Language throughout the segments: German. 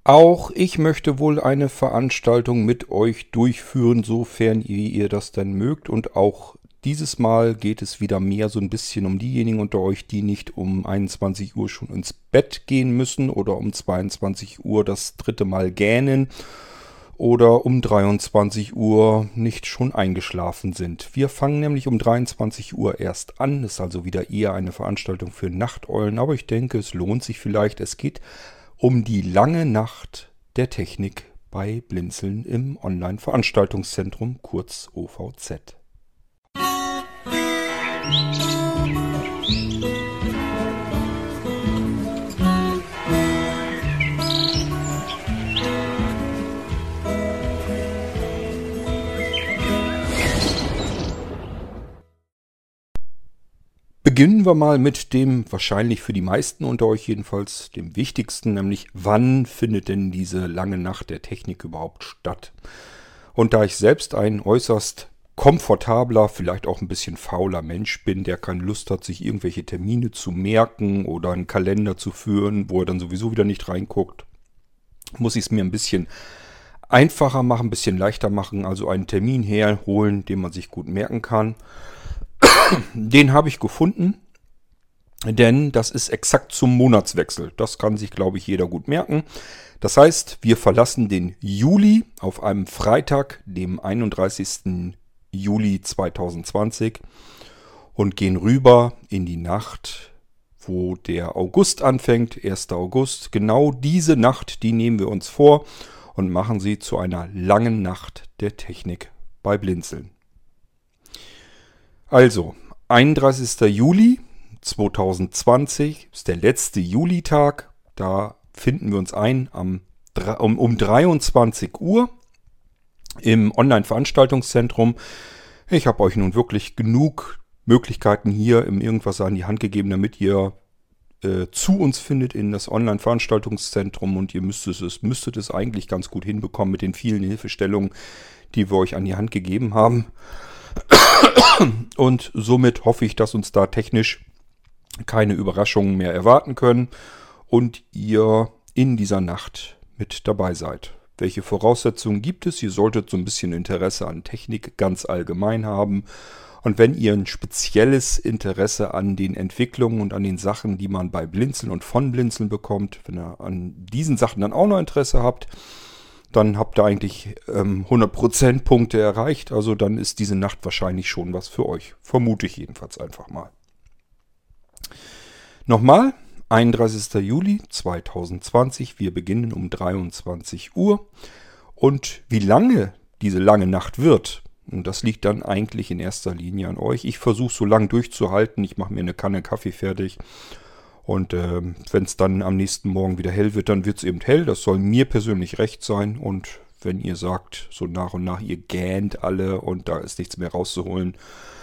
Auch ich möchte wohl eine Veranstaltung mit euch durchführen, sofern ihr das denn mögt. Und auch dieses Mal geht es wieder mehr so ein bisschen um diejenigen unter euch, die nicht um 21 Uhr schon ins Bett gehen müssen oder um 22 Uhr das dritte Mal gähnen oder um 23 Uhr nicht schon eingeschlafen sind. Wir fangen nämlich um 23 Uhr erst an. Ist also wieder eher eine Veranstaltung für Nachteulen, aber ich denke, es lohnt sich vielleicht. Es geht um die lange Nacht der Technik bei Blinzeln im Online-Veranstaltungszentrum, kurz OVZ. Beginnen wir mal mit dem wahrscheinlich für die meisten unter euch jedenfalls dem wichtigsten, nämlich wann findet denn diese lange Nacht der Technik überhaupt statt? Und da ich selbst ein äußerst komfortabler, vielleicht auch ein bisschen fauler Mensch bin, der keine Lust hat, sich irgendwelche Termine zu merken oder einen Kalender zu führen, wo er dann sowieso wieder nicht reinguckt, muss ich es mir ein bisschen einfacher machen, ein bisschen leichter machen, also einen Termin herholen, den man sich gut merken kann. Den habe ich gefunden, denn das ist exakt zum Monatswechsel. Das kann sich, glaube ich, jeder gut merken. Das heißt, wir verlassen den Juli auf einem Freitag, dem 31. Juli 2020 und gehen rüber in die Nacht, wo der August anfängt, 1. August. Genau diese Nacht, die nehmen wir uns vor und machen sie zu einer langen Nacht der Technik bei Blinzeln. Also, 31. Juli 2020 ist der letzte Julitag. Da finden wir uns ein um 23 Uhr im Online-Veranstaltungszentrum. Ich habe euch nun wirklich genug Möglichkeiten hier im Irgendwas an die Hand gegeben, damit ihr zu uns findet in das Online-Veranstaltungszentrum und ihr müsstet es eigentlich ganz gut hinbekommen mit den vielen Hilfestellungen, die wir euch an die Hand gegeben haben. Und somit hoffe ich, dass uns da technisch keine Überraschungen mehr erwarten können und ihr in dieser Nacht mit dabei seid. Welche Voraussetzungen gibt es? Ihr solltet so ein bisschen Interesse an Technik ganz allgemein haben. Und wenn ihr ein spezielles Interesse an den Entwicklungen und an den Sachen, die man bei Blinzeln und von Blinzeln bekommt, wenn ihr an diesen Sachen dann auch noch Interesse habt, dann habt ihr eigentlich 100% Punkte erreicht. Also dann ist diese Nacht wahrscheinlich schon was für euch. Vermute ich jedenfalls einfach mal. Nochmal, 31. Juli 2020. Wir beginnen um 23 Uhr. Und wie lange diese lange Nacht wird, und das liegt dann eigentlich in erster Linie an euch. Ich versuche so lange durchzuhalten. Ich mache mir eine Kanne Kaffee fertig. Und wenn es dann am nächsten Morgen wieder hell wird, dann wird es eben hell. Das soll mir persönlich recht sein. Und wenn ihr sagt, so nach und nach, ihr gähnt alle und da ist nichts mehr rauszuholen,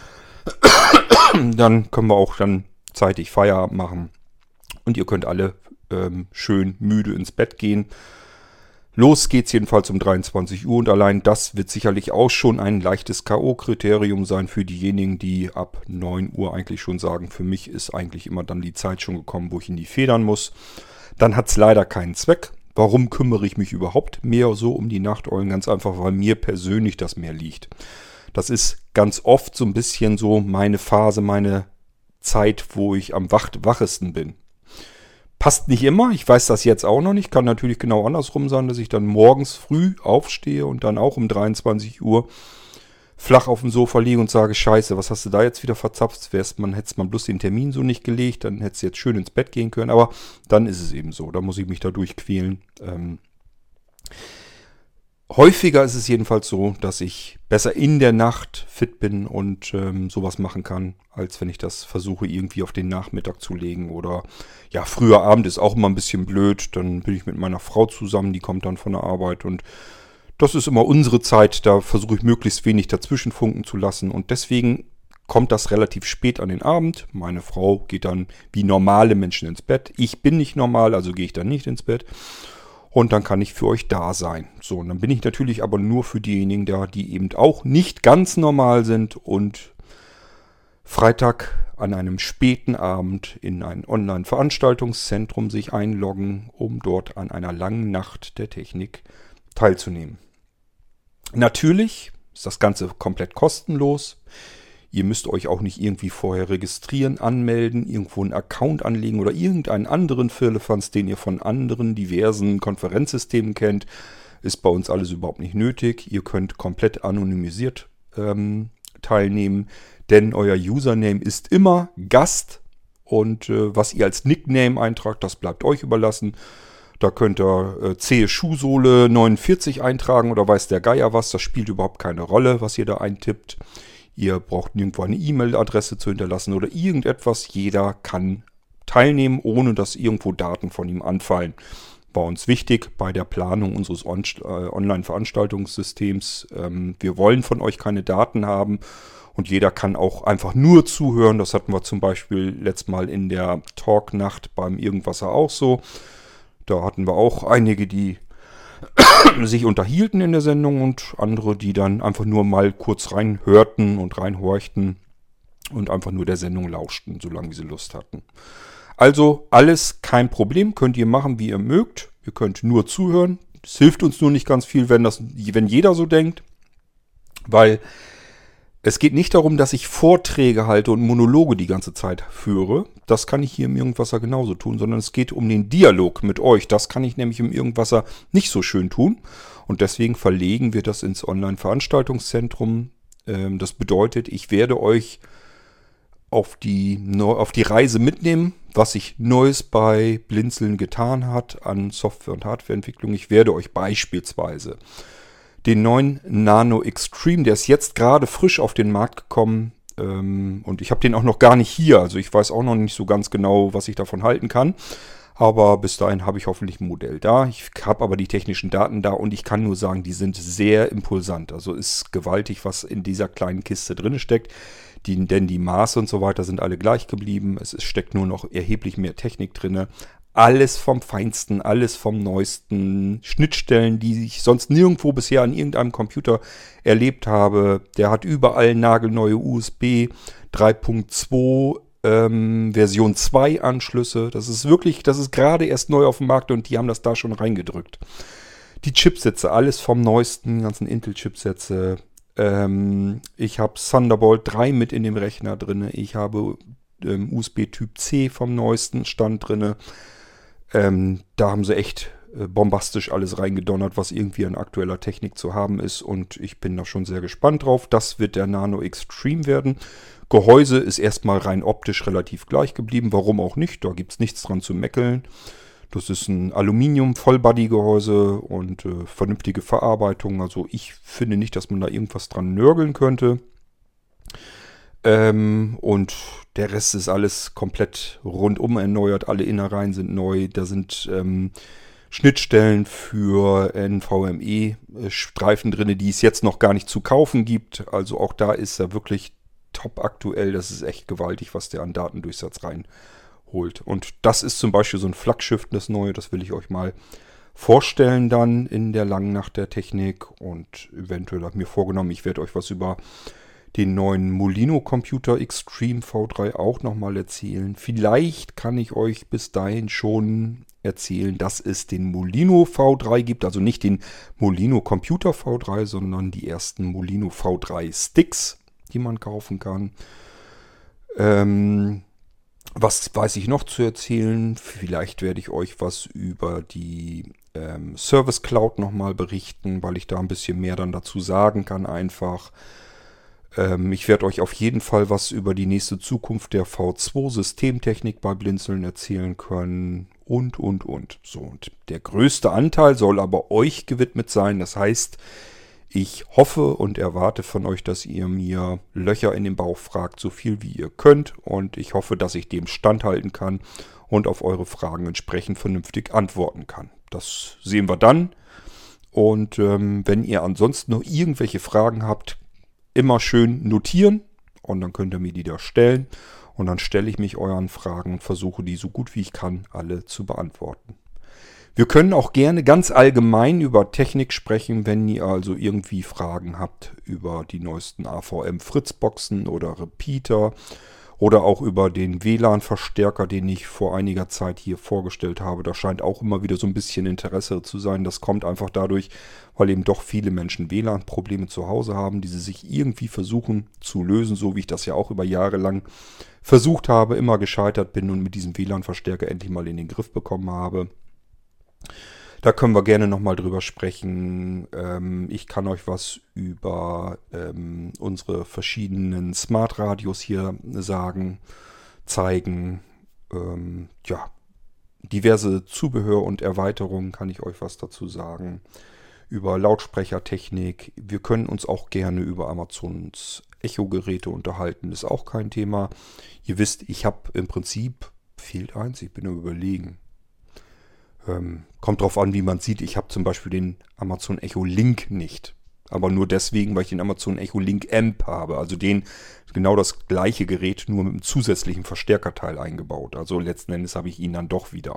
dann können wir auch dann zeitig Feierabend machen. Und ihr könnt alle schön müde ins Bett gehen. Los geht's jedenfalls um 23 Uhr und allein das wird sicherlich auch schon ein leichtes K.O.-Kriterium sein für diejenigen, die ab 9 Uhr eigentlich schon sagen, für mich ist eigentlich immer dann die Zeit schon gekommen, wo ich in die Federn muss. Dann hat's leider keinen Zweck. Warum kümmere ich mich überhaupt mehr so um die Nachteulen? Ganz einfach, weil mir persönlich das mehr liegt. Das ist ganz oft so ein bisschen so meine Phase, meine Zeit, wo ich am wachesten bin. Passt nicht immer, ich weiß das jetzt auch noch nicht. Kann natürlich genau andersrum sein, dass ich dann morgens früh aufstehe und dann auch um 23 Uhr flach auf dem Sofa liege und sage, scheiße, was hast du da jetzt wieder verzapft? Hätte man bloß den Termin so nicht gelegt, dann hättest du jetzt schön ins Bett gehen können. Aber dann ist es eben so, da muss ich mich da durchquälen. Häufiger ist es jedenfalls so, dass ich besser in der Nacht fit bin und sowas machen kann, als wenn ich das versuche irgendwie auf den Nachmittag zu legen. Oder ja, früher Abend ist auch immer ein bisschen blöd. Dann bin ich mit meiner Frau zusammen, die kommt dann von der Arbeit. Und das ist immer unsere Zeit, da versuche ich möglichst wenig dazwischen funken zu lassen. Und deswegen kommt das relativ spät an den Abend. Meine Frau geht dann wie normale Menschen ins Bett. Ich bin nicht normal, also gehe ich dann nicht ins Bett. Und dann kann ich für euch da sein. So, und dann bin ich natürlich aber nur für diejenigen da, die eben auch nicht ganz normal sind und Freitag an einem späten Abend in ein Online-Veranstaltungszentrum sich einloggen, um dort an einer langen Nacht der Technik teilzunehmen. Natürlich ist das Ganze komplett kostenlos. Ihr müsst euch auch nicht irgendwie vorher registrieren, anmelden, irgendwo einen Account anlegen oder irgendeinen anderen Firlefanz, den ihr von anderen diversen Konferenzsystemen kennt. Ist bei uns alles überhaupt nicht nötig. Ihr könnt komplett anonymisiert teilnehmen, denn euer Username ist immer Gast und was ihr als Nickname eintragt, das bleibt euch überlassen. Da könnt ihr zähe Schuhsohle 49 eintragen oder weiß der Geier was. Das spielt überhaupt keine Rolle, was ihr da eintippt. Ihr braucht nirgendwo eine E-Mail-Adresse zu hinterlassen oder irgendetwas. Jeder kann teilnehmen, ohne dass irgendwo Daten von ihm anfallen. Bei uns wichtig bei der Planung unseres Online-Veranstaltungssystems. Wir wollen von euch keine Daten haben und jeder kann auch einfach nur zuhören. Das hatten wir zum Beispiel letztes Mal in der Talknacht beim Irgendwasser auch so. Da hatten wir auch einige, die sich unterhielten in der Sendung und andere, die dann einfach nur mal kurz reinhörten und reinhorchten und einfach nur der Sendung lauschten, solange wie sie Lust hatten. Also alles kein Problem, könnt ihr machen, wie ihr mögt. Ihr könnt nur zuhören. Es hilft uns nur nicht ganz viel, wenn jeder so denkt, weil es geht nicht darum, dass ich Vorträge halte und Monologe die ganze Zeit führe. Das kann ich hier im Irgendwasser genauso tun, sondern es geht um den Dialog mit euch. Das kann ich nämlich im Irgendwasser nicht so schön tun. Und deswegen verlegen wir das ins Online-Veranstaltungszentrum. Das bedeutet, ich werde euch auf die Reise mitnehmen, was sich Neues bei Blinzeln getan hat an Software- und Hardwareentwicklung. Ich werde euch beispielsweise den neuen Nano Extreme, der ist jetzt gerade frisch auf den Markt gekommen und ich habe den auch noch gar nicht hier. Also ich weiß auch noch nicht so ganz genau, was ich davon halten kann. Aber bis dahin habe ich hoffentlich ein Modell da. Ich habe aber die technischen Daten da und ich kann nur sagen, die sind sehr impulsant. Also ist gewaltig, was in dieser kleinen Kiste drin steckt. Denn die Maße und so weiter sind alle gleich geblieben. Es steckt nur noch erheblich mehr Technik drin. Alles vom Feinsten, alles vom Neuesten. Schnittstellen, die ich sonst nirgendwo bisher an irgendeinem Computer erlebt habe. Der hat überall nagelneue USB 3.2 Version 2 Anschlüsse. Das ist gerade erst neu auf dem Markt und die haben das da schon reingedrückt. Die Chipsätze, alles vom Neuesten, ganzen Intel-Chipsätze. Ich habe Thunderbolt 3 mit in dem Rechner drin. Ich habe USB Typ C vom neuesten Stand drin. Da haben sie echt bombastisch alles reingedonnert, was irgendwie an aktueller Technik zu haben ist. Und ich bin da schon sehr gespannt drauf. Das wird der Nano Extreme werden. Gehäuse ist erstmal rein optisch relativ gleich geblieben. Warum auch nicht? Da gibt es nichts dran zu mäckeln. Das ist ein Aluminium-Vollbody-Gehäuse und vernünftige Verarbeitung. Also ich finde nicht, dass man da irgendwas dran nörgeln könnte. Und der Rest ist alles komplett rundum erneuert. Alle Innereien sind neu. Da sind Schnittstellen für NVMe-Streifen drin, die es jetzt noch gar nicht zu kaufen gibt. Also auch da ist er wirklich top aktuell. Das ist echt gewaltig, was der an Datendurchsatz reinholt. Und das ist zum Beispiel so ein Flaggschiff, das neue. Das will ich euch mal vorstellen dann in der langen Nacht der Technik. Und eventuell habe ich mir vorgenommen, ich werde euch was über den neuen Molino Computer Extreme V3 auch nochmal erzählen. Vielleicht kann ich euch bis dahin schon erzählen, dass es den Molino V3 gibt. Also nicht den Molino Computer V3, sondern die ersten Molino V3 Sticks, die man kaufen kann. Was weiß ich noch zu erzählen? Vielleicht werde ich euch was über die Service Cloud nochmal berichten, weil ich da ein bisschen mehr dann dazu sagen kann einfach. Ich werde euch auf jeden Fall was über die nächste Zukunft der V2-Systemtechnik bei Blinzeln erzählen können und. So, und der größte Anteil soll aber euch gewidmet sein. Das heißt, ich hoffe und erwarte von euch, dass ihr mir Löcher in den Bauch fragt, so viel wie ihr könnt. Und ich hoffe, dass ich dem standhalten kann und auf eure Fragen entsprechend vernünftig antworten kann. Das sehen wir dann. Und wenn ihr ansonsten noch irgendwelche Fragen habt, immer schön notieren und dann könnt ihr mir die da stellen und dann stelle ich mich euren Fragen und versuche die so gut wie ich kann alle zu beantworten. Wir können auch gerne ganz allgemein über Technik sprechen, wenn ihr also irgendwie Fragen habt über die neuesten AVM Fritzboxen oder Repeater Oder auch über den WLAN-Verstärker, den ich vor einiger Zeit hier vorgestellt habe. Da scheint auch immer wieder so ein bisschen Interesse zu sein. Das kommt einfach dadurch, weil eben doch viele Menschen WLAN-Probleme zu Hause haben, die sie sich irgendwie versuchen zu lösen, so wie ich das ja auch über Jahre lang versucht habe, immer gescheitert bin und mit diesem WLAN-Verstärker endlich mal in den Griff bekommen habe. Da können wir gerne nochmal drüber sprechen. Ich kann euch was über unsere verschiedenen Smart-Radios hier sagen, zeigen. Ja, diverse Zubehör und Erweiterungen kann ich euch was dazu sagen. Über Lautsprechertechnik. Wir können uns auch gerne über Amazons Echo-Geräte unterhalten. Ist auch kein Thema. Ihr wisst, ich habe im Prinzip, fehlt eins, ich bin am Überlegen. Kommt drauf an, wie man sieht. Ich habe zum Beispiel den Amazon Echo Link nicht. Aber nur deswegen, weil ich den Amazon Echo Link Amp habe. Also genau das gleiche Gerät, nur mit einem zusätzlichen Verstärkerteil eingebaut. Also letzten Endes habe ich ihn dann doch wieder.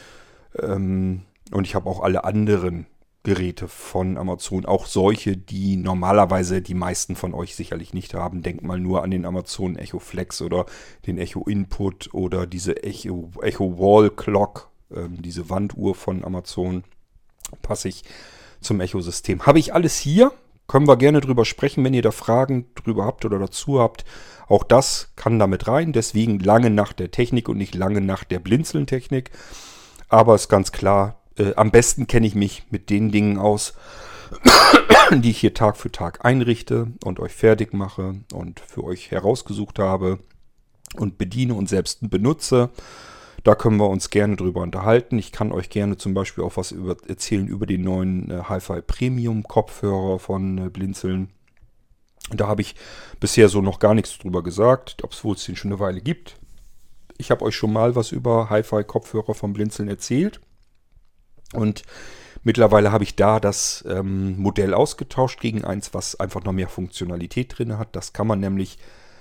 Und ich habe auch alle anderen Geräte von Amazon. Auch solche, die normalerweise die meisten von euch sicherlich nicht haben. Denkt mal nur an den Amazon Echo Flex oder den Echo Input oder diese Echo Wall Clock. Diese Wanduhr von Amazon, passig zum Echo-System. Habe ich alles hier? Können wir gerne drüber sprechen, wenn ihr da Fragen drüber habt oder dazu habt. Auch das kann damit rein. Deswegen lange nach der Technik und nicht lange nach der Blinzeln-Technik. Aber ist ganz klar, am besten kenne ich mich mit den Dingen aus, die ich hier Tag für Tag einrichte und euch fertig mache und für euch herausgesucht habe und bediene und selbst benutze. Da können wir uns gerne drüber unterhalten. Ich kann euch gerne zum Beispiel auch was erzählen über den neuen Hi-Fi Premium Kopfhörer von Blinzeln. Da habe ich bisher so noch gar nichts drüber gesagt, obwohl es den schon eine Weile gibt. Ich habe euch schon mal was über Hi-Fi Kopfhörer von Blinzeln erzählt. Und mittlerweile habe ich da das Modell ausgetauscht gegen eins, was einfach noch mehr Funktionalität drin hat. Das kann man nämlich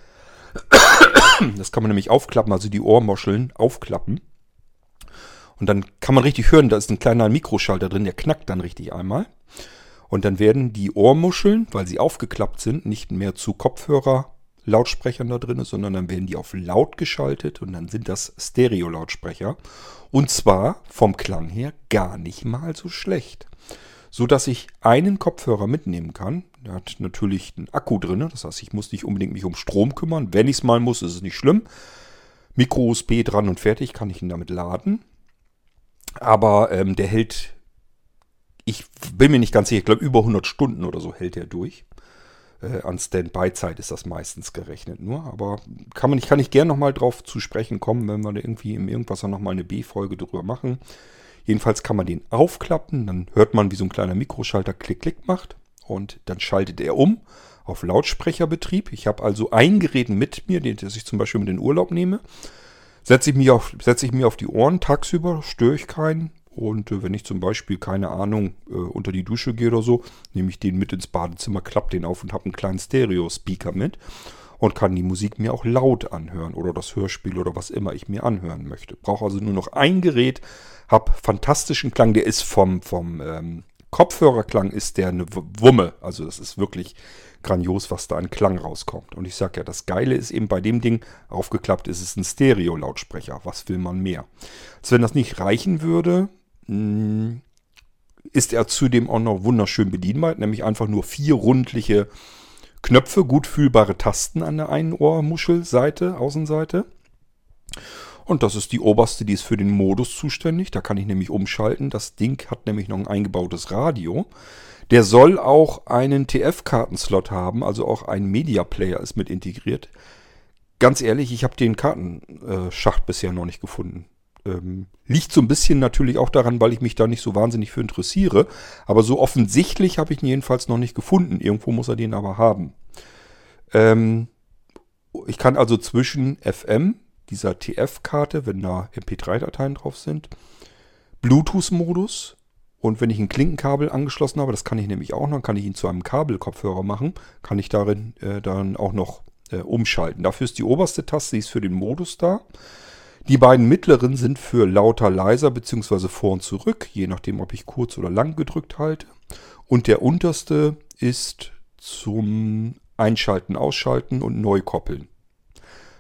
aufklappen, also die Ohrmuscheln aufklappen. Und dann kann man richtig hören, da ist ein kleiner Mikroschalter drin, der knackt dann richtig einmal. Und dann werden die Ohrmuscheln, weil sie aufgeklappt sind, nicht mehr zu Kopfhörer-Lautsprechern da drin, sondern dann werden die auf laut geschaltet und dann sind das Stereo-Lautsprecher. Und zwar vom Klang her gar nicht mal so schlecht. So dass ich einen Kopfhörer mitnehmen kann. Der hat natürlich einen Akku drin. Das heißt, ich muss nicht unbedingt mich um Strom kümmern. Wenn ich es mal muss, ist es nicht schlimm. Micro-USB dran und fertig, kann ich ihn damit laden. Aber der hält, ich bin mir nicht ganz sicher, ich glaube über 100 Stunden oder so hält er durch. An Standby-Zeit ist das meistens gerechnet nur. Aber kann ich gerne nochmal drauf zu sprechen kommen, wenn wir da irgendwie im Irgendwasser nochmal eine B-Folge drüber machen. Jedenfalls kann man den aufklappen, dann hört man, wie so ein kleiner Mikroschalter Klick-Klick macht und dann schaltet er um auf Lautsprecherbetrieb. Ich habe also ein Gerät mit mir, das ich zum Beispiel mit in den Urlaub nehme. Setze ich mir auf die Ohren tagsüber, störe ich keinen. Und wenn ich zum Beispiel, keine Ahnung, unter die Dusche gehe oder so, nehme ich den mit ins Badezimmer, klappe den auf und habe einen kleinen Stereo-Speaker mit. Und kann die Musik mir auch laut anhören oder das Hörspiel oder was immer ich mir anhören möchte. Brauche also nur noch ein Gerät, habe fantastischen Klang. Der ist vom Kopfhörerklang ist der eine Wumme. Also das ist wirklich grandios, was da an Klang rauskommt. Und ich sage ja, das Geile ist eben bei dem Ding, aufgeklappt ist es ein Stereo-Lautsprecher. Was will man mehr? Als wenn das nicht reichen würde, ist er zudem auch noch wunderschön bedienbar. Nämlich einfach nur 4 rundliche Knöpfe, gut fühlbare Tasten an der einen Ohrmuschelseite, Außenseite. Und das ist die oberste, die ist für den Modus zuständig. Da kann ich nämlich umschalten. Das Ding hat nämlich noch ein eingebautes Radio. Der soll auch einen TF-Kartenslot haben, also auch ein Media Player ist mit integriert. Ganz ehrlich, ich habe den Kartenschacht bisher noch nicht gefunden. Liegt so ein bisschen natürlich auch daran, weil ich mich da nicht so wahnsinnig für interessiere. Aber so offensichtlich habe ich ihn jedenfalls noch nicht gefunden. Irgendwo muss er den aber haben. Ich kann also zwischen FM, dieser TF-Karte, wenn da MP3-Dateien drauf sind, Bluetooth-Modus und wenn ich ein Klinkenkabel angeschlossen habe, das kann ich nämlich auch noch, dann kann ich ihn zu einem Kabelkopfhörer machen, kann ich darin dann auch noch umschalten. Dafür ist die oberste Taste, die ist für den Modus da. Die beiden mittleren sind für lauter, leiser bzw. vor und zurück, je nachdem, ob ich kurz oder lang gedrückt halte. Und der unterste ist zum Einschalten, Ausschalten und Neukoppeln.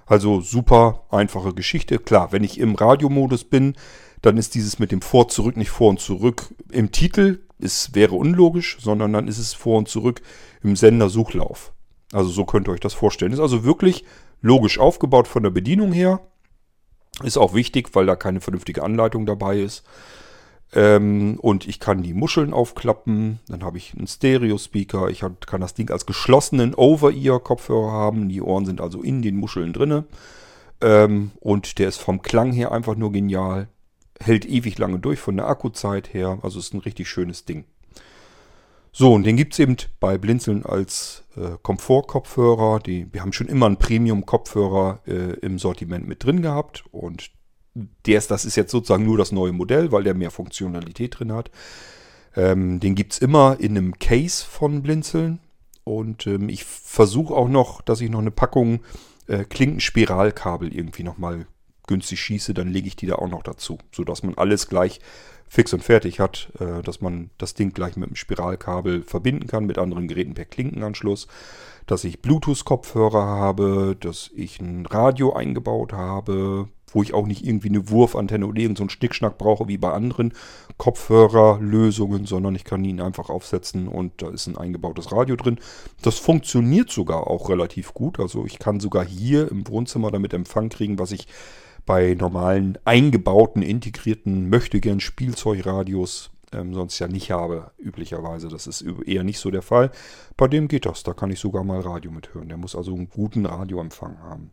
Also super einfache Geschichte. Klar, wenn ich im Radiomodus bin, dann ist dieses mit dem Vor-Zurück nicht Vor und Zurück im Titel. Es wäre unlogisch, sondern dann ist es Vor und Zurück im Sendersuchlauf. Also so könnt ihr euch das vorstellen. Ist also wirklich logisch aufgebaut von der Bedienung her. Ist auch wichtig, weil da keine vernünftige Anleitung dabei ist. Und ich kann die Muscheln aufklappen. Dann habe ich einen Stereo-Speaker. Kann das Ding als geschlossenen Over-Ear-Kopfhörer haben. Die Ohren sind also in den Muscheln drinne. Und der ist vom Klang her einfach nur genial. Hält ewig lange durch von der Akkuzeit her. Also ist ein richtig schönes Ding. So, und den gibt es eben bei Blinzeln als Komfort-Kopfhörer. Wir haben schon immer einen Premium-Kopfhörer im Sortiment mit drin gehabt. Und das ist jetzt sozusagen nur das neue Modell, weil der mehr Funktionalität drin hat. Den gibt es immer in einem Case von Blinzeln. Und ich versuche auch noch, dass ich noch eine Packung Klinkenspiralkabel irgendwie nochmal günstig schieße. Dann lege ich die da auch noch dazu, sodass man alles gleich fix und fertig hat, dass man das Ding gleich mit dem Spiralkabel verbinden kann, mit anderen Geräten per Klinkenanschluss, dass ich Bluetooth-Kopfhörer habe, dass ich ein Radio eingebaut habe, wo ich auch nicht irgendwie eine Wurfantenne oder irgend so einen Schnickschnack brauche wie bei anderen Kopfhörerlösungen, sondern ich kann ihn einfach aufsetzen und da ist ein eingebautes Radio drin. Das funktioniert sogar auch relativ gut, also ich kann sogar hier im Wohnzimmer damit Empfang kriegen, was ich bei normalen eingebauten, integrierten, möchtegern Spielzeugradios sonst ja nicht habe, üblicherweise. Das ist eher nicht so der Fall. Bei dem geht das, da kann ich sogar mal Radio mithören. Der muss also einen guten Radioempfang haben.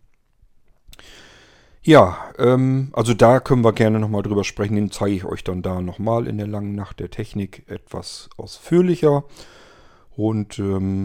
Ja, also da können wir gerne nochmal drüber sprechen. Den zeige ich euch dann da nochmal in der langen Nacht der Technik etwas ausführlicher. Und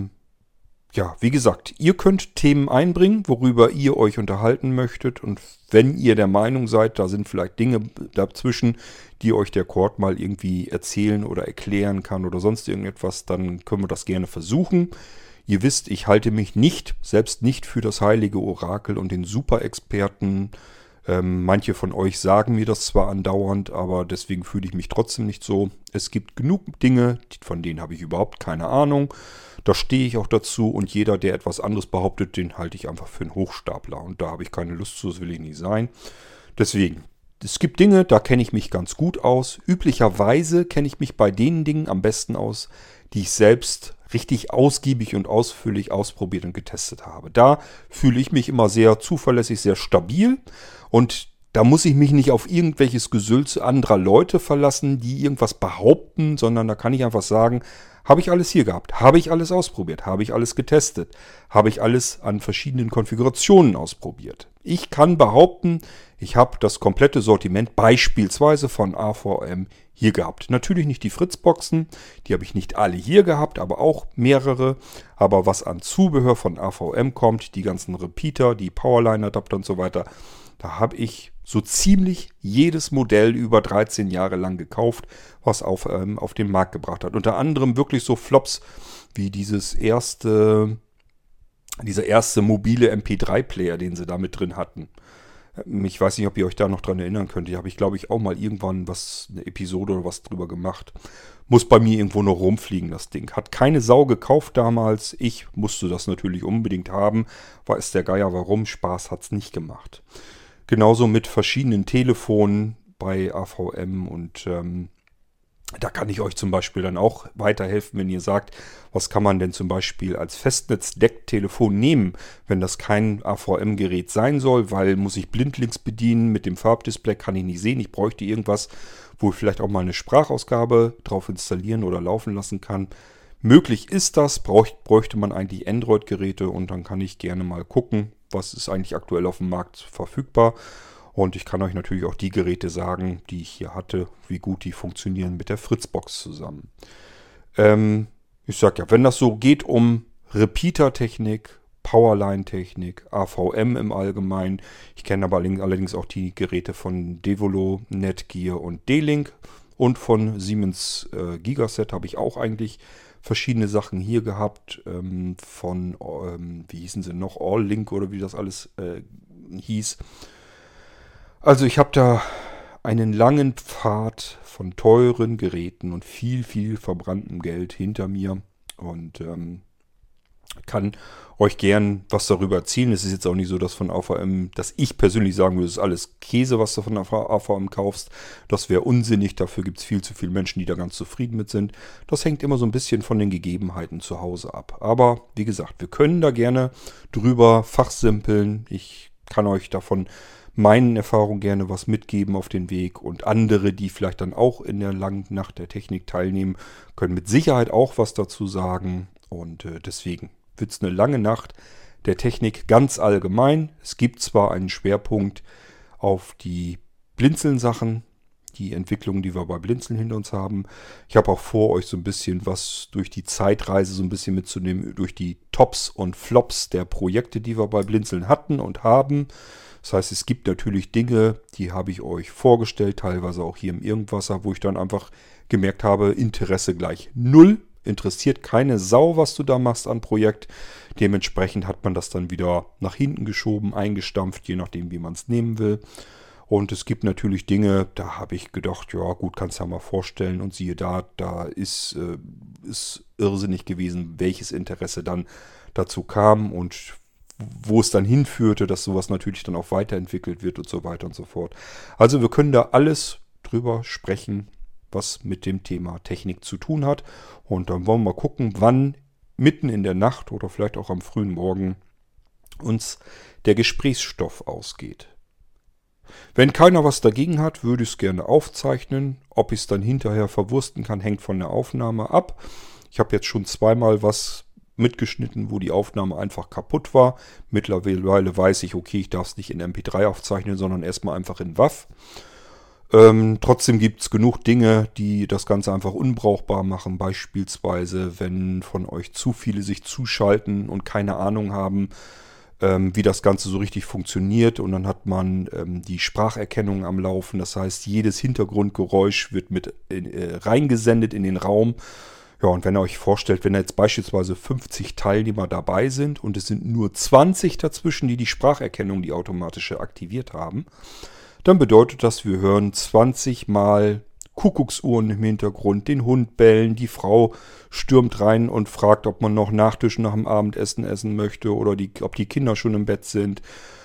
ja, wie gesagt, ihr könnt Themen einbringen, worüber ihr euch unterhalten möchtet. Und wenn ihr der Meinung seid, da sind vielleicht Dinge dazwischen, die euch der Cord mal irgendwie erzählen oder erklären kann oder sonst irgendetwas, dann können wir das gerne versuchen. Ihr wisst, ich halte mich selbst nicht für das heilige Orakel und den Superexperten. Manche von euch sagen mir das zwar andauernd, aber deswegen fühle ich mich trotzdem nicht so. Es gibt genug Dinge, von denen habe ich überhaupt keine Ahnung. Da stehe ich auch dazu und jeder, der etwas anderes behauptet, den halte ich einfach für einen Hochstapler. Und da habe ich keine Lust zu, das will ich nicht sein. Deswegen, es gibt Dinge, da kenne ich mich ganz gut aus. Üblicherweise kenne ich mich bei den Dingen am besten aus, die ich selbst richtig ausgiebig und ausführlich ausprobiert und getestet habe. Da fühle ich mich immer sehr zuverlässig, sehr stabil und da muss ich mich nicht auf irgendwelches Gesülz anderer Leute verlassen, die irgendwas behaupten, sondern da kann ich einfach sagen, habe ich alles hier gehabt, habe ich alles ausprobiert, habe ich alles getestet, habe ich alles an verschiedenen Konfigurationen ausprobiert. Ich kann behaupten, ich habe das komplette Sortiment beispielsweise von AVM hier gehabt. Natürlich nicht die Fritzboxen, die habe ich nicht alle hier gehabt, aber auch mehrere. Aber was an Zubehör von AVM kommt, die ganzen Repeater, die Powerline-Adapter und so weiter, da habe ich so ziemlich jedes Modell über 13 Jahre lang gekauft, was auf den Markt gebracht hat. Unter anderem wirklich so Flops wie dieser erste mobile MP3-Player, den sie da mit drin hatten. Ich weiß nicht, ob ihr euch da noch dran erinnern könnt. Die habe ich, glaube ich, auch mal irgendwann eine Episode oder was drüber gemacht. Muss bei mir irgendwo noch rumfliegen, das Ding. Hat keine Sau gekauft damals. Ich musste das natürlich unbedingt haben. Weiß der Geier warum. Spaß hat es nicht gemacht. Genauso mit verschiedenen Telefonen bei AVM und da kann ich euch zum Beispiel dann auch weiterhelfen, wenn ihr sagt, was kann man denn zum Beispiel als Festnetz-Decktelefon nehmen, wenn das kein AVM-Gerät sein soll, weil muss ich blindlings bedienen, mit dem Farbdisplay kann ich nicht sehen, ich bräuchte irgendwas, wo ich vielleicht auch mal eine Sprachausgabe drauf installieren oder laufen lassen kann. Möglich ist das, bräuchte man eigentlich Android-Geräte und dann kann ich gerne mal gucken, was ist eigentlich aktuell auf dem Markt verfügbar. Und ich kann euch natürlich auch die Geräte sagen, die ich hier hatte, wie gut die funktionieren mit der Fritzbox zusammen. Ich sag ja, wenn das so geht um Repeater-Technik, Powerline-Technik, AVM im Allgemeinen, ich kenne aber allerdings auch die Geräte von Devolo, Netgear und D-Link und von Siemens Gigaset habe ich auch eigentlich verschiedene Sachen hier gehabt, von, wie hießen sie noch, All-Link oder wie das alles hieß. Also ich habe da einen langen Pfad von teuren Geräten und viel, viel verbranntem Geld hinter mir. Und Kann euch gern was darüber erzählen. Es ist jetzt auch nicht so, dass von AVM, dass ich persönlich sagen würde, das ist alles Käse, was du von AVM kaufst. Das wäre unsinnig. Dafür gibt es viel zu viele Menschen, die da ganz zufrieden mit sind. Das hängt immer so ein bisschen von den Gegebenheiten zu Hause ab. Aber wie gesagt, wir können da gerne drüber fachsimpeln. Ich kann euch davon meinen Erfahrungen gerne was mitgeben auf den Weg. Und andere, die vielleicht dann auch in der langen Nacht der Technik teilnehmen, können mit Sicherheit auch was dazu sagen. Und deswegen wird es eine lange Nacht der Technik ganz allgemein. Es gibt zwar einen Schwerpunkt auf die Blinzeln-Sachen, die Entwicklungen, die wir bei Blinzeln hinter uns haben. Ich habe auch vor, euch so ein bisschen was durch die Zeitreise so ein bisschen mitzunehmen, durch die Tops und Flops der Projekte, die wir bei Blinzeln hatten und haben. Das heißt, es gibt natürlich Dinge, die habe ich euch vorgestellt, teilweise auch hier im Irgendwasser, wo ich dann einfach gemerkt habe, Interesse gleich null. Interessiert keine Sau, was du da machst an Projekt. Dementsprechend hat man das dann wieder nach hinten geschoben, eingestampft, je nachdem, wie man es nehmen will. Und es gibt natürlich Dinge, da habe ich gedacht, ja gut, kannst du ja mal vorstellen. Und siehe da ist irrsinnig gewesen, welches Interesse dann dazu kam und wo es dann hinführte, dass sowas natürlich dann auch weiterentwickelt wird und so weiter und so fort. Also wir können da alles drüber sprechen, was mit dem Thema Technik zu tun hat. Und dann wollen wir mal gucken, wann mitten in der Nacht oder vielleicht auch am frühen Morgen uns der Gesprächsstoff ausgeht. Wenn keiner was dagegen hat, würde ich es gerne aufzeichnen. Ob ich es dann hinterher verwursten kann, hängt von der Aufnahme ab. Ich habe jetzt schon zweimal was mitgeschnitten, wo die Aufnahme einfach kaputt war. Mittlerweile weiß ich, okay, ich darf es nicht in MP3 aufzeichnen, sondern erstmal einfach in WAV. Trotzdem gibt es genug Dinge, die das Ganze einfach unbrauchbar machen. Beispielsweise, wenn von euch zu viele sich zuschalten und keine Ahnung haben, wie das Ganze so richtig funktioniert. Und dann hat man die Spracherkennung am Laufen. Das heißt, jedes Hintergrundgeräusch wird mit reingesendet in den Raum. Ja, und wenn ihr euch vorstellt, wenn jetzt beispielsweise 50 Teilnehmer dabei sind und es sind nur 20 dazwischen, die Spracherkennung, die automatische, aktiviert haben, dann bedeutet das, wir hören 20 Mal Kuckucksuhren im Hintergrund, den Hund bellen, die Frau stürmt rein und fragt, ob man noch Nachtisch nach dem Abendessen essen möchte oder ob die Kinder schon im Bett sind.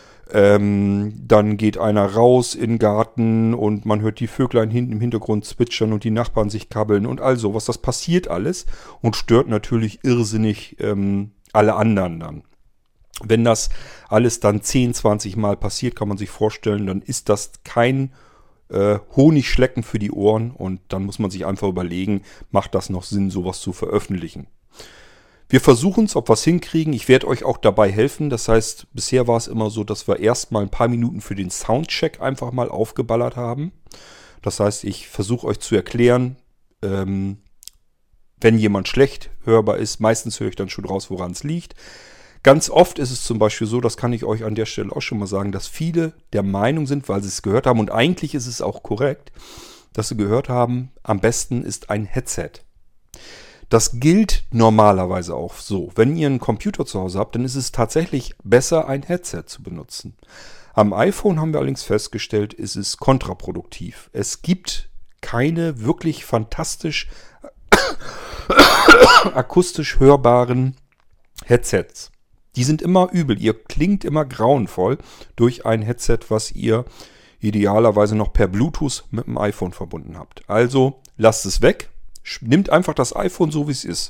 Dann geht einer raus in den Garten und man hört die Vöglein hinten im Hintergrund zwitschern und die Nachbarn sich kabbeln und all sowas. Das passiert alles und stört natürlich irrsinnig alle anderen dann. Wenn das alles dann 10, 20 Mal passiert, kann man sich vorstellen, dann ist das kein Honigschlecken für die Ohren und dann muss man sich einfach überlegen, macht das noch Sinn, sowas zu veröffentlichen. Wir versuchen es, ob wir es hinkriegen. Ich werde euch auch dabei helfen. Das heißt, bisher war es immer so, dass wir erstmal ein paar Minuten für den Soundcheck einfach mal aufgeballert haben. Das heißt, ich versuche euch zu erklären, wenn jemand schlecht hörbar ist, meistens höre ich dann schon raus, woran es liegt. Ganz oft ist es zum Beispiel so, das kann ich euch an der Stelle auch schon mal sagen, dass viele der Meinung sind, weil sie es gehört haben, und eigentlich ist es auch korrekt, dass sie gehört haben, am besten ist ein Headset. Das gilt normalerweise auch so. Wenn ihr einen Computer zu Hause habt, dann ist es tatsächlich besser, ein Headset zu benutzen. Am iPhone haben wir allerdings festgestellt, ist es kontraproduktiv. Es gibt keine wirklich fantastisch akustisch hörbaren Headsets. Die sind immer übel. Ihr klingt immer grauenvoll durch ein Headset, was ihr idealerweise noch per Bluetooth mit dem iPhone verbunden habt. Also lasst es weg. Nehmt einfach das iPhone so, wie es ist.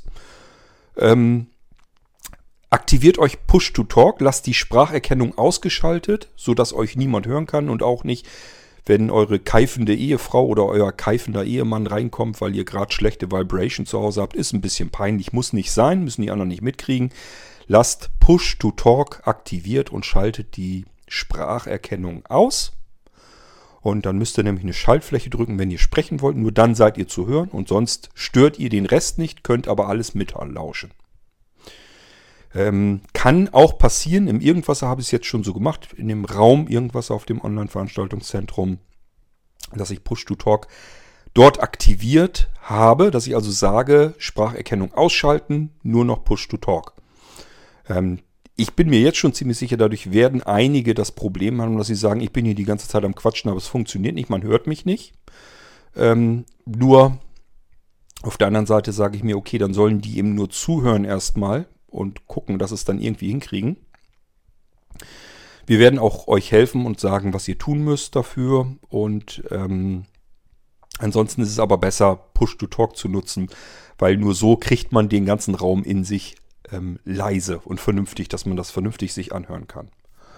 Aktiviert euch Push-to-Talk. Lasst die Spracherkennung ausgeschaltet, sodass euch niemand hören kann und auch nicht, wenn eure keifende Ehefrau oder euer keifender Ehemann reinkommt, weil ihr gerade schlechte Vibration zu Hause habt. Ist ein bisschen peinlich, muss nicht sein, müssen die anderen nicht mitkriegen. Lasst Push-to-Talk aktiviert und schaltet die Spracherkennung aus. Und dann müsst ihr nämlich eine Schaltfläche drücken, wenn ihr sprechen wollt. Nur dann seid ihr zu hören und sonst stört ihr den Rest nicht, könnt aber alles mitlauschen. Kann auch passieren, im Irgendwasser habe ich es jetzt schon so gemacht, in dem Raum Irgendwasser auf dem Online-Veranstaltungszentrum, dass ich Push-to-Talk dort aktiviert habe, dass ich also sage, Spracherkennung ausschalten, nur noch Push-to-Talk. Ich bin mir jetzt schon ziemlich sicher, dadurch werden einige das Problem haben, dass sie sagen, ich bin hier die ganze Zeit am Quatschen, aber es funktioniert nicht, man hört mich nicht. Nur auf der anderen Seite sage ich mir, okay, dann sollen die eben nur zuhören erstmal und gucken, dass es dann irgendwie hinkriegen. Wir werden auch euch helfen und sagen, was ihr tun müsst dafür. Und ansonsten ist es aber besser, Push-to-Talk zu nutzen, weil nur so kriegt man den ganzen Raum in sich leise und vernünftig, dass man das vernünftig sich anhören kann.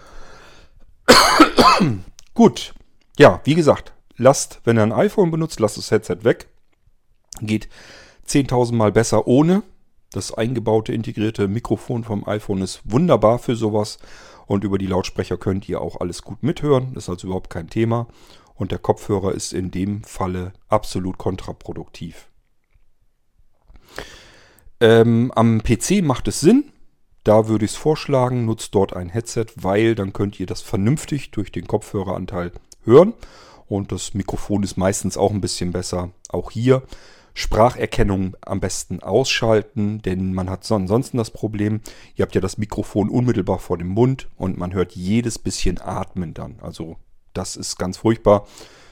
Gut, ja, wie gesagt, wenn ihr ein iPhone benutzt, lasst das Headset weg. Geht 10.000 Mal besser ohne. Das eingebaute integrierte Mikrofon vom iPhone ist wunderbar für sowas. Und über die Lautsprecher könnt ihr auch alles gut mithören. Das ist also überhaupt kein Thema. Und der Kopfhörer ist in dem Falle absolut kontraproduktiv. Am PC macht es Sinn. Da würde ich es vorschlagen, nutzt dort ein Headset, weil dann könnt ihr das vernünftig durch den Kopfhöreranteil hören. Und das Mikrofon ist meistens auch ein bisschen besser. Auch hier Spracherkennung am besten ausschalten, denn man hat ansonsten das Problem, ihr habt ja das Mikrofon unmittelbar vor dem Mund und man hört jedes bisschen Atmen dann. Also das ist ganz furchtbar,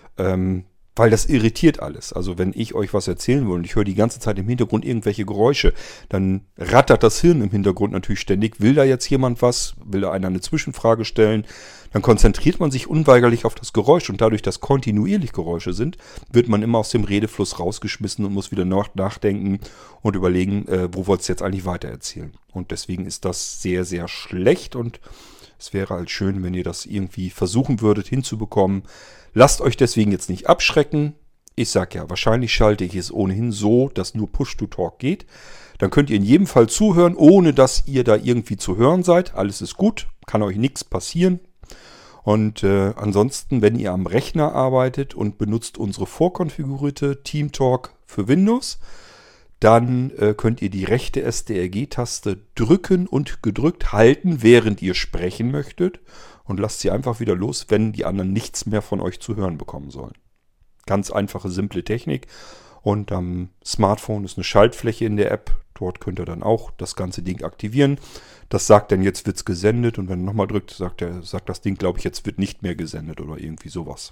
weil das irritiert alles. Also wenn ich euch was erzählen will und ich höre die ganze Zeit im Hintergrund irgendwelche Geräusche, dann rattert das Hirn im Hintergrund natürlich ständig. Will da jetzt jemand was? Will da einer eine Zwischenfrage stellen? Dann konzentriert man sich unweigerlich auf das Geräusch und dadurch, dass kontinuierlich Geräusche sind, wird man immer aus dem Redefluss rausgeschmissen und muss wieder nachdenken und überlegen, wo wolltest du jetzt eigentlich weitererzählen. Und deswegen ist das sehr, sehr schlecht und es wäre halt schön, wenn ihr das irgendwie versuchen würdet hinzubekommen. Lasst euch deswegen jetzt nicht abschrecken. Ich sage ja, wahrscheinlich schalte ich es ohnehin so, dass nur Push-to-Talk geht. Dann könnt ihr in jedem Fall zuhören, ohne dass ihr da irgendwie zu hören seid. Alles ist gut, kann euch nichts passieren. Und ansonsten, wenn ihr am Rechner arbeitet und benutzt unsere vorkonfigurierte TeamTalk für Windows, dann könnt ihr die rechte STRG-Taste drücken und gedrückt halten, während ihr sprechen möchtet. Und lasst sie einfach wieder los, wenn die anderen nichts mehr von euch zu hören bekommen sollen. Ganz einfache, simple Technik. Und am Smartphone ist eine Schaltfläche in der App. Dort könnt ihr dann auch das ganze Ding aktivieren. Das sagt dann, jetzt wird es gesendet. Und wenn ihr nochmal drückt, sagt das Ding, glaube ich, jetzt wird nicht mehr gesendet oder irgendwie sowas.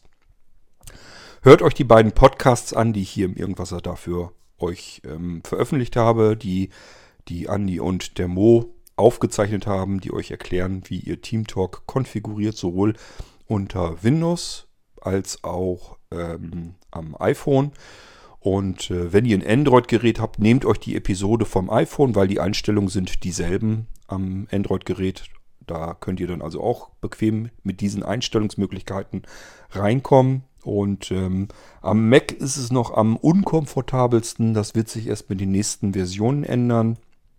Hört euch die beiden Podcasts an, die ich hier im Irgendwasser dafür euch veröffentlicht habe, die Andi und der Mo aufgezeichnet haben, die euch erklären, wie ihr TeamTalk konfiguriert, sowohl unter Windows als auch am iPhone. Und wenn ihr ein Android-Gerät habt, nehmt euch die Episode vom iPhone, weil die Einstellungen sind dieselben am Android-Gerät. Da könnt ihr dann also auch bequem mit diesen Einstellungsmöglichkeiten reinkommen. Und am Mac ist es noch am unkomfortabelsten. Das wird sich erst mit den nächsten Versionen ändern.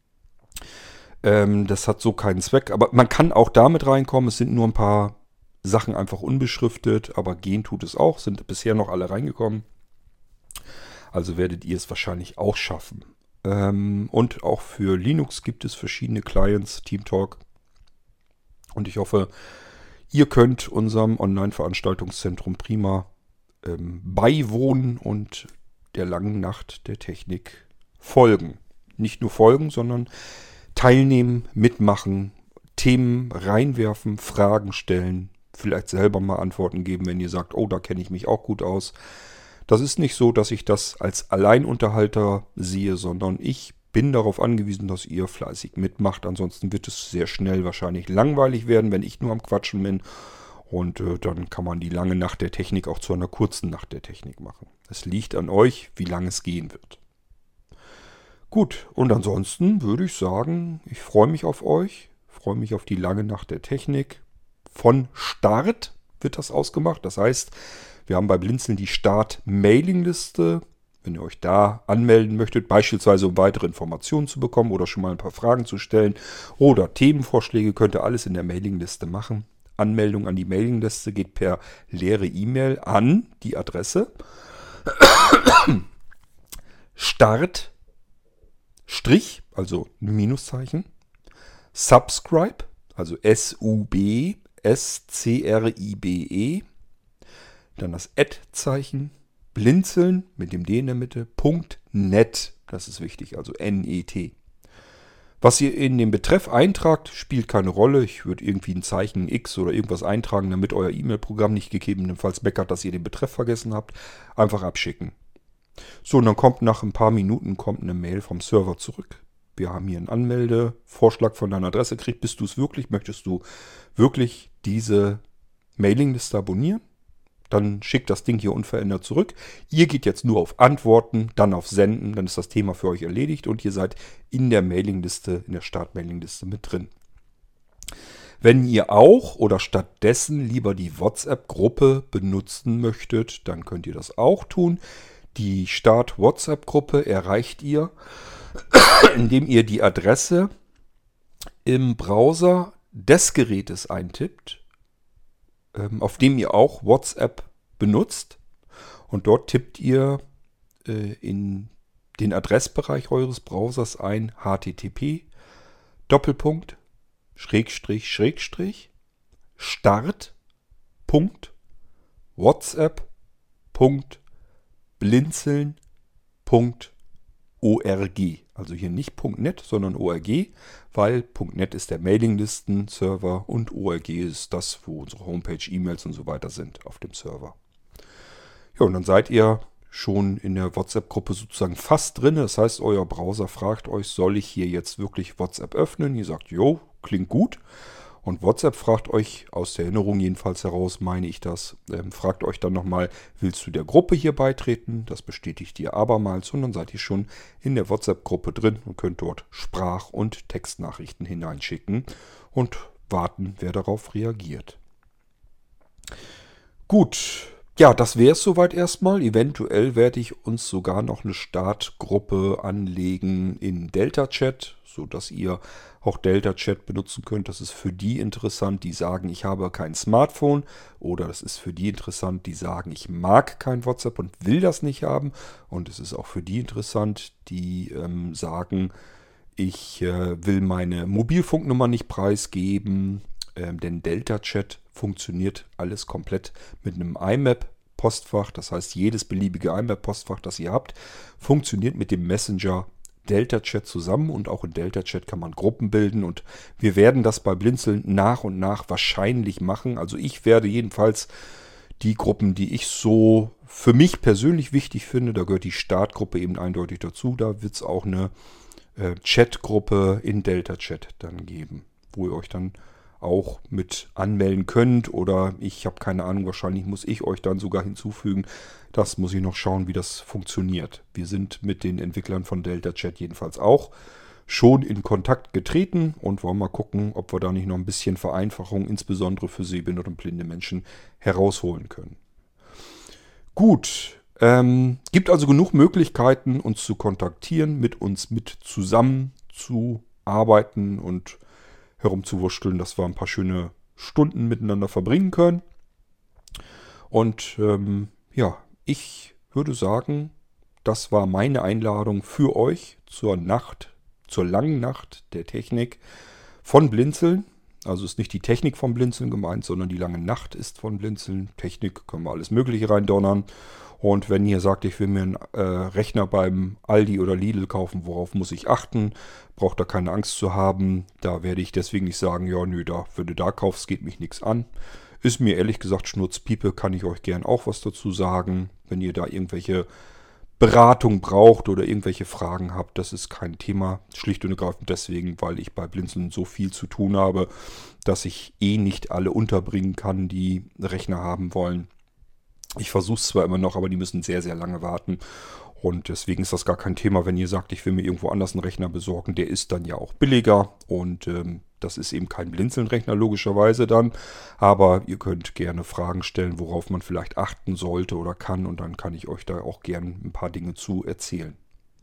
Das hat so keinen Zweck. Aber man kann auch damit reinkommen. Es sind nur ein paar Sachen einfach unbeschriftet. Aber gehen tut es auch. Sind bisher noch alle reingekommen. Also werdet ihr es wahrscheinlich auch schaffen. Und auch für Linux gibt es verschiedene Clients, TeamTalk. Und ich hoffe, ihr könnt unserem Online-Veranstaltungszentrum prima beiwohnen und der langen Nacht der Technik folgen. Nicht nur folgen, sondern teilnehmen, mitmachen, Themen reinwerfen, Fragen stellen, vielleicht selber mal Antworten geben, wenn ihr sagt, oh, da kenne ich mich auch gut aus. Das ist nicht so, dass ich das als Alleinunterhalter sehe, sondern ich bin darauf angewiesen, dass ihr fleißig mitmacht. Ansonsten wird es sehr schnell wahrscheinlich langweilig werden, wenn ich nur am Quatschen bin. Und dann kann man die lange Nacht der Technik auch zu einer kurzen Nacht der Technik machen. Es liegt an euch, wie lange es gehen wird. Gut, und ansonsten würde ich sagen, ich freue mich auf euch. Freue mich auf die lange Nacht der Technik. Von Start wird das ausgemacht. Das heißt, wir haben bei Blinzeln die Start-Mailing-Liste. Wenn ihr euch da anmelden möchtet, beispielsweise um weitere Informationen zu bekommen oder schon mal ein paar Fragen zu stellen oder Themenvorschläge, könnt ihr alles in der Mailing-Liste machen. Anmeldung an die Mailing-Liste geht per leere E-Mail an die Adresse Start, Strich, also Minuszeichen, Subscribe, also SUBSCRIBE, dann das Ad-Zeichen, Blinzeln mit dem D in der Mitte, .net, das ist wichtig, also NET. Was ihr in den Betreff eintragt, spielt keine Rolle. Ich würde irgendwie ein Zeichen X oder irgendwas eintragen, damit euer E-Mail-Programm nicht gegebenenfalls meckert, dass ihr den Betreff vergessen habt. Einfach abschicken. So, und dann kommt nach ein paar Minuten eine Mail vom Server zurück. wir haben hier einen Anmeldevorschlag von deiner Adresse gekriegt. Bist du es wirklich? Möchtest du wirklich diese Mailingliste abonnieren? Dann schickt das Ding hier unverändert zurück. Ihr geht jetzt nur auf Antworten, dann auf Senden, dann ist das Thema für euch erledigt und ihr seid in der Mailingliste, in der Startmailingliste mit drin. Wenn ihr auch oder stattdessen lieber die WhatsApp-Gruppe benutzen möchtet, dann könnt ihr das auch tun. Die Start-WhatsApp-Gruppe erreicht ihr, indem ihr die Adresse im Browser des Gerätes eintippt, auf dem ihr auch WhatsApp benutzt. Und dort tippt ihr in den Adressbereich eures Browsers ein http Doppelpunkt Schrägstrich Schrägstrich start.whatsapp.blinzeln.org. Also hier nicht .net, sondern .org, weil .net ist der Mailinglisten-Server und .org ist das, wo unsere Homepage, E-Mails und so weiter sind auf dem Server. Ja, und dann seid ihr schon in der WhatsApp-Gruppe sozusagen fast drin. Das heißt, euer Browser fragt euch, soll ich hier jetzt wirklich WhatsApp öffnen? Ihr sagt, jo, klingt gut. Und WhatsApp fragt euch, aus der Erinnerung jedenfalls heraus, meine ich das, fragt euch dann nochmal, willst du der Gruppe hier beitreten? Das bestätigt ihr abermals und dann seid ihr schon in der WhatsApp-Gruppe drin und könnt dort Sprach- und Textnachrichten hineinschicken und warten, wer darauf reagiert. Gut. Ja, das wäre es soweit erstmal. Eventuell werde ich uns sogar noch eine Startgruppe anlegen in Delta-Chat, sodass ihr auch Delta-Chat benutzen könnt. Das ist für die interessant, die sagen, ich habe kein Smartphone. Oder das ist für die interessant, die sagen, ich mag kein WhatsApp und will das nicht haben. Und es ist auch für die interessant, die sagen, ich will meine Mobilfunknummer nicht preisgeben. Denn Delta-Chat funktioniert alles komplett mit einem IMAP-Postfach. Das heißt, jedes beliebige IMAP-Postfach, das ihr habt, funktioniert mit dem Messenger Delta-Chat zusammen. Und auch in Delta-Chat kann man Gruppen bilden. Und wir werden das bei Blinzeln nach und nach wahrscheinlich machen. Also ich werde jedenfalls die Gruppen, die ich so für mich persönlich wichtig finde, da gehört die Startgruppe eben eindeutig dazu. Da wird es auch eine Chatgruppe in Delta-Chat dann geben, wo ihr euch dann auch mit anmelden könnt oder ich habe keine Ahnung, wahrscheinlich muss ich euch dann sogar hinzufügen. Das muss ich noch schauen, wie das funktioniert. Wir sind mit den Entwicklern von Delta Chat jedenfalls auch schon in Kontakt getreten und wollen mal gucken, ob wir da nicht noch ein bisschen Vereinfachung, insbesondere für sehbehinderte und blinde Menschen, herausholen können. Gut, gibt also genug Möglichkeiten, uns zu kontaktieren, mit uns mit zusammen zu arbeiten und herumzuwurschteln, dass wir ein paar schöne Stunden miteinander verbringen können. Und ja, ich würde sagen, das war meine Einladung für euch zur langen Nacht der Technik von Blinzeln. Also ist nicht die Technik von Blinzeln gemeint, sondern die lange Nacht ist von Blinzeln. Technik können wir alles Mögliche reindonnern. Und wenn ihr sagt, ich will mir einen Rechner beim Aldi oder Lidl kaufen, worauf muss ich achten? Braucht da keine Angst zu haben. Da werde ich deswegen nicht sagen, ja, nö, wenn du da kaufst, geht mich nichts an. Ist mir ehrlich gesagt Schnurzpiepe, kann ich euch gern auch was dazu sagen. Wenn ihr da irgendwelche Beratung braucht oder irgendwelche Fragen habt, das ist kein Thema. Schlicht und ergreifend deswegen, weil ich bei Blinzeln so viel zu tun habe, dass ich nicht alle unterbringen kann, die Rechner haben wollen. Ich versuche es zwar immer noch, aber die müssen sehr, sehr lange warten. Und deswegen ist das gar kein Thema, wenn ihr sagt, ich will mir irgendwo anders einen Rechner besorgen. Der ist dann ja auch billiger und das ist eben kein Blinzeln-Rechner logischerweise dann. Aber ihr könnt gerne Fragen stellen, worauf man vielleicht achten sollte oder kann. Und dann kann ich euch da auch gerne ein paar Dinge zu erzählen.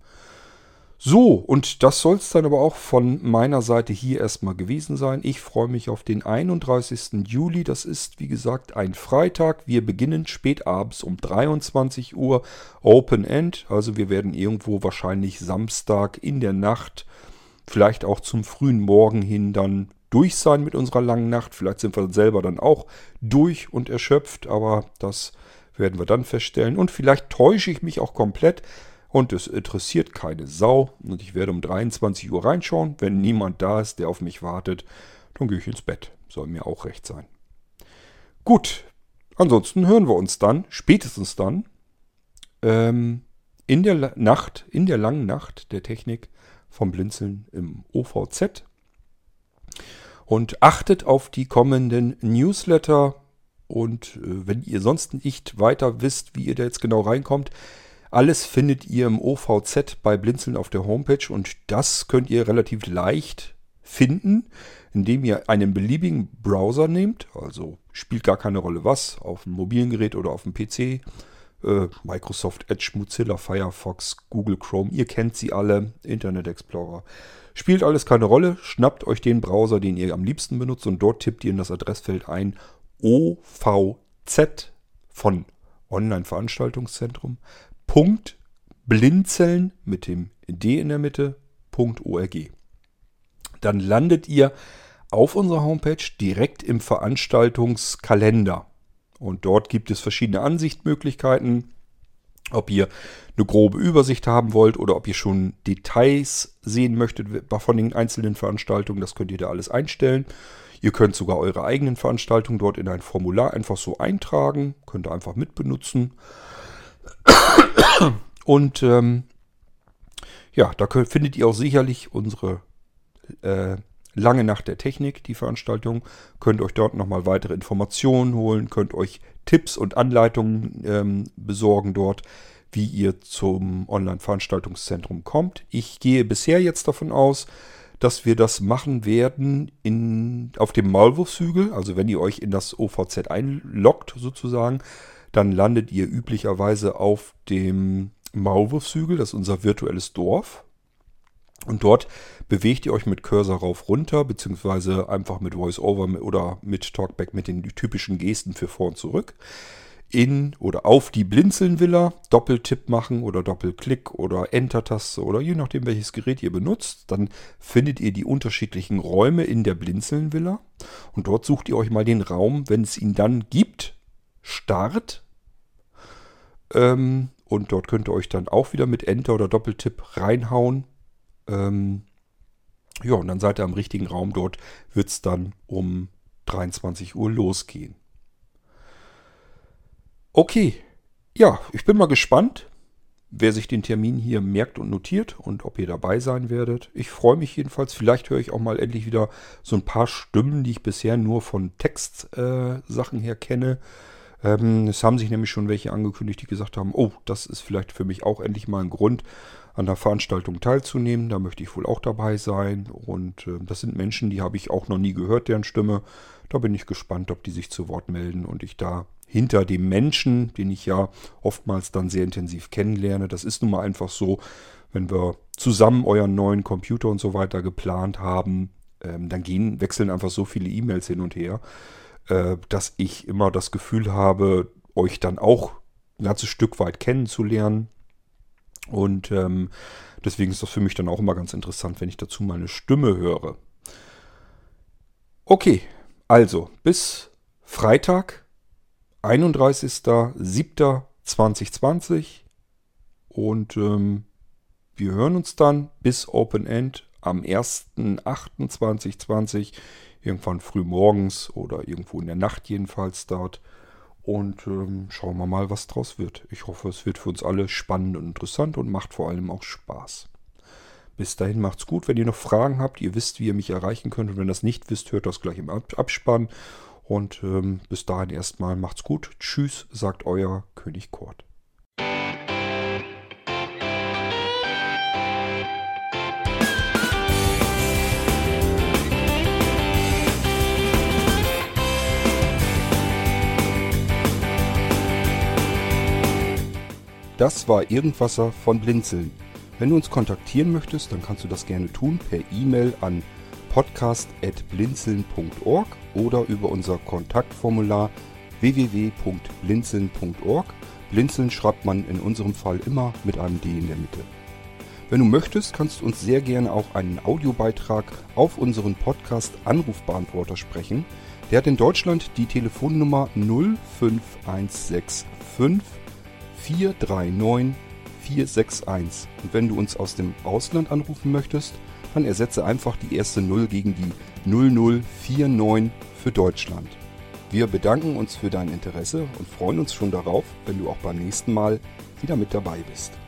So, und das soll es dann aber auch von meiner Seite hier erstmal gewesen sein. Ich freue mich auf den 31. Juli. Das ist, wie gesagt, ein Freitag. Wir beginnen spät abends um 23 Uhr Open End. Also wir werden irgendwo wahrscheinlich Samstag in der Nacht, vielleicht auch zum frühen Morgen hin dann durch sein mit unserer langen Nacht. Vielleicht sind wir selber dann auch durch und erschöpft, aber das werden wir dann feststellen. Und vielleicht täusche ich mich auch komplett. Und es interessiert keine Sau. Und ich werde um 23 Uhr reinschauen. Wenn niemand da ist, der auf mich wartet, dann gehe ich ins Bett. Soll mir auch recht sein. Gut, ansonsten hören wir uns dann, spätestens dann, in der langen Nacht der Technik vom Blinzeln im OVZ. Und achtet auf die kommenden Newsletter. Und wenn ihr sonst nicht weiter wisst, wie ihr da jetzt genau reinkommt, alles findet ihr im OVZ bei Blinzeln auf der Homepage. Und das könnt ihr relativ leicht finden, indem ihr einen beliebigen Browser nehmt. Also spielt gar keine Rolle was, auf dem mobilen Gerät oder auf dem PC. Microsoft Edge, Mozilla, Firefox, Google Chrome, ihr kennt sie alle, Internet Explorer. Spielt alles keine Rolle, schnappt euch den Browser, den ihr am liebsten benutzt und dort tippt ihr in das Adressfeld ein OVZ von Online-Veranstaltungszentrum .blinzeln mit dem D in der Mitte .org. Dann landet ihr auf unserer Homepage direkt im Veranstaltungskalender. Und dort gibt es verschiedene Ansichtmöglichkeiten, ob ihr eine grobe Übersicht haben wollt oder ob ihr schon Details sehen möchtet von den einzelnen Veranstaltungen. Das könnt ihr da alles einstellen. Ihr könnt sogar eure eigenen Veranstaltungen dort in ein Formular einfach so eintragen. Könnt ihr einfach mitbenutzen. Und ja, da findet ihr auch sicherlich unsere Lange Nacht der Technik, die Veranstaltung. Könnt euch dort nochmal weitere Informationen holen, könnt euch Tipps und Anleitungen besorgen dort, wie ihr zum Online-Veranstaltungszentrum kommt. Ich gehe bisher jetzt davon aus, dass wir das machen werden auf dem Maulwurfshügel. Also wenn ihr euch in das OVZ einloggt sozusagen, dann landet ihr üblicherweise auf dem Maulwurfshügel. Das ist unser virtuelles Dorf. Und dort bewegt ihr euch mit Cursor rauf runter, beziehungsweise einfach mit VoiceOver oder mit Talkback mit den typischen Gesten für vor und zurück. In oder auf die Blinzeln-Villa, Doppeltipp machen oder Doppelklick oder Enter-Taste oder je nachdem welches Gerät ihr benutzt. Dann findet ihr die unterschiedlichen Räume in der Blinzeln-Villa. Und dort sucht ihr euch mal den Raum, wenn es ihn dann gibt, Start. Und dort könnt ihr euch dann auch wieder mit Enter oder Doppeltipp reinhauen. Ja, und dann seid ihr am richtigen Raum. Dort wird es dann um 23 Uhr losgehen. Okay, ja, ich bin mal gespannt, wer sich den Termin hier merkt und notiert und ob ihr dabei sein werdet. Ich freue mich jedenfalls. Vielleicht höre ich auch mal endlich wieder so ein paar Stimmen, die ich bisher nur von Textsachen her kenne. Es haben sich nämlich schon welche angekündigt, die gesagt haben, oh, das ist vielleicht für mich auch endlich mal ein Grund, an der Veranstaltung teilzunehmen. Da möchte ich wohl auch dabei sein. Und das sind Menschen, die habe ich auch noch nie gehört, deren Stimme. Da bin ich gespannt, ob die sich zu Wort melden und ich da hinter dem Menschen, den ich ja oftmals dann sehr intensiv kennenlerne. Das ist nun mal einfach so, wenn wir zusammen euren neuen Computer und so weiter geplant haben, dann wechseln einfach so viele E-Mails hin und her, dass ich immer das Gefühl habe, euch dann auch ein ganzes Stück weit kennenzulernen. Und deswegen ist das für mich dann auch immer ganz interessant, wenn ich dazu meine Stimme höre. Okay, also bis Freitag, 31.07.2020 und wir hören uns dann bis Open End am 1.08.2020, irgendwann früh morgens oder irgendwo in der Nacht jedenfalls dort. Und schauen wir mal, was draus wird. Ich hoffe, es wird für uns alle spannend und interessant und macht vor allem auch Spaß. Bis dahin macht's gut. Wenn ihr noch Fragen habt, ihr wisst, wie ihr mich erreichen könnt. Und wenn ihr das nicht wisst, hört das gleich im Abspann. Und bis dahin erstmal macht's gut. Tschüss, sagt euer König Kurt. Das war Irgendwasser von Blinzeln. Wenn du uns kontaktieren möchtest, dann kannst du das gerne tun per E-Mail an podcast@blinzeln.org oder über unser Kontaktformular www.blinzeln.org. Blinzeln schreibt man in unserem Fall immer mit einem D in der Mitte. Wenn du möchtest, kannst du uns sehr gerne auch einen Audiobeitrag auf unseren Podcast Anrufbeantworter sprechen. Der hat in Deutschland die Telefonnummer 05165 439 461. Und wenn du uns aus dem Ausland anrufen möchtest, dann ersetze einfach die erste 0 gegen die 0049 für Deutschland. Wir bedanken uns für dein Interesse und freuen uns schon darauf, wenn du auch beim nächsten Mal wieder mit dabei bist.